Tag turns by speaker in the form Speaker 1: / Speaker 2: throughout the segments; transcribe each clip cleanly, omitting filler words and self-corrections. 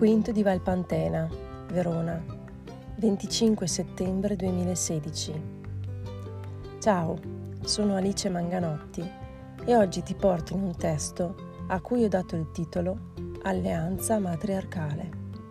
Speaker 1: Quinto di Valpantena, Verona, 25 settembre 2016. Ciao, sono Alice Manganotti e oggi ti porto in un testo a cui ho dato il titolo Alleanza matriarcale.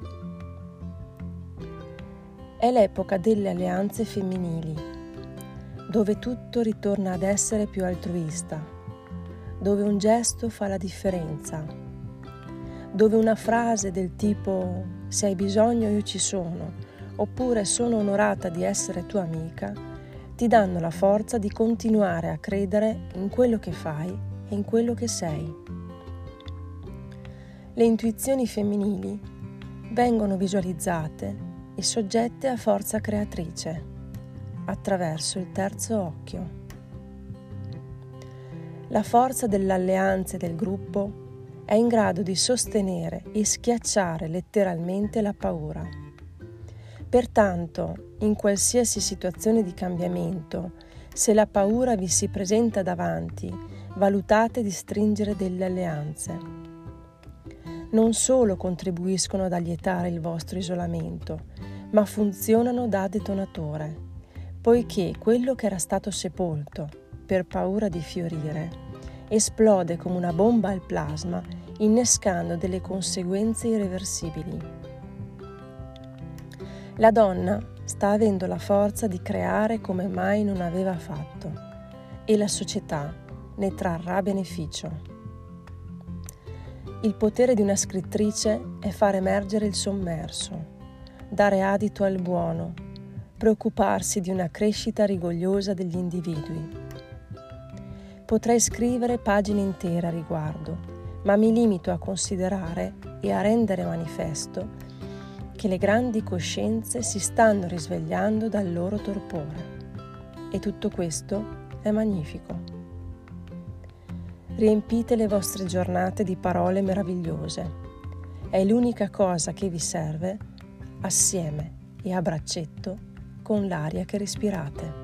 Speaker 1: È l'epoca delle alleanze femminili, dove tutto ritorna ad essere più altruista, dove un gesto fa la differenza, dove una frase del tipo «se hai bisogno io ci sono» oppure «sono onorata di essere tua amica» ti danno la forza di continuare a credere in quello che fai e in quello che sei. Le intuizioni femminili vengono visualizzate e soggette a forza creatrice attraverso il terzo occhio. La forza dell'alleanza e del gruppo è in grado di sostenere e schiacciare letteralmente la paura. Pertanto, in qualsiasi situazione di cambiamento, se la paura vi si presenta davanti, valutate di stringere delle alleanze. Non solo contribuiscono ad allietare il vostro isolamento, ma funzionano da detonatore, poiché quello che era stato sepolto per paura di fiorire esplode come una bomba al plasma, innescando delle conseguenze irreversibili. La donna sta avendo la forza di creare come mai non aveva fatto e la società ne trarrà beneficio. Il potere di una scrittrice è far emergere il sommerso, dare adito al buono, preoccuparsi di una crescita rigogliosa degli individui. Potrei scrivere pagine intere a riguardo, ma mi limito a considerare e a rendere manifesto che le grandi coscienze si stanno risvegliando dal loro torpore. E tutto questo è magnifico. Riempite le vostre giornate di parole meravigliose. È l'unica cosa che vi serve, assieme e a braccetto con l'aria che respirate.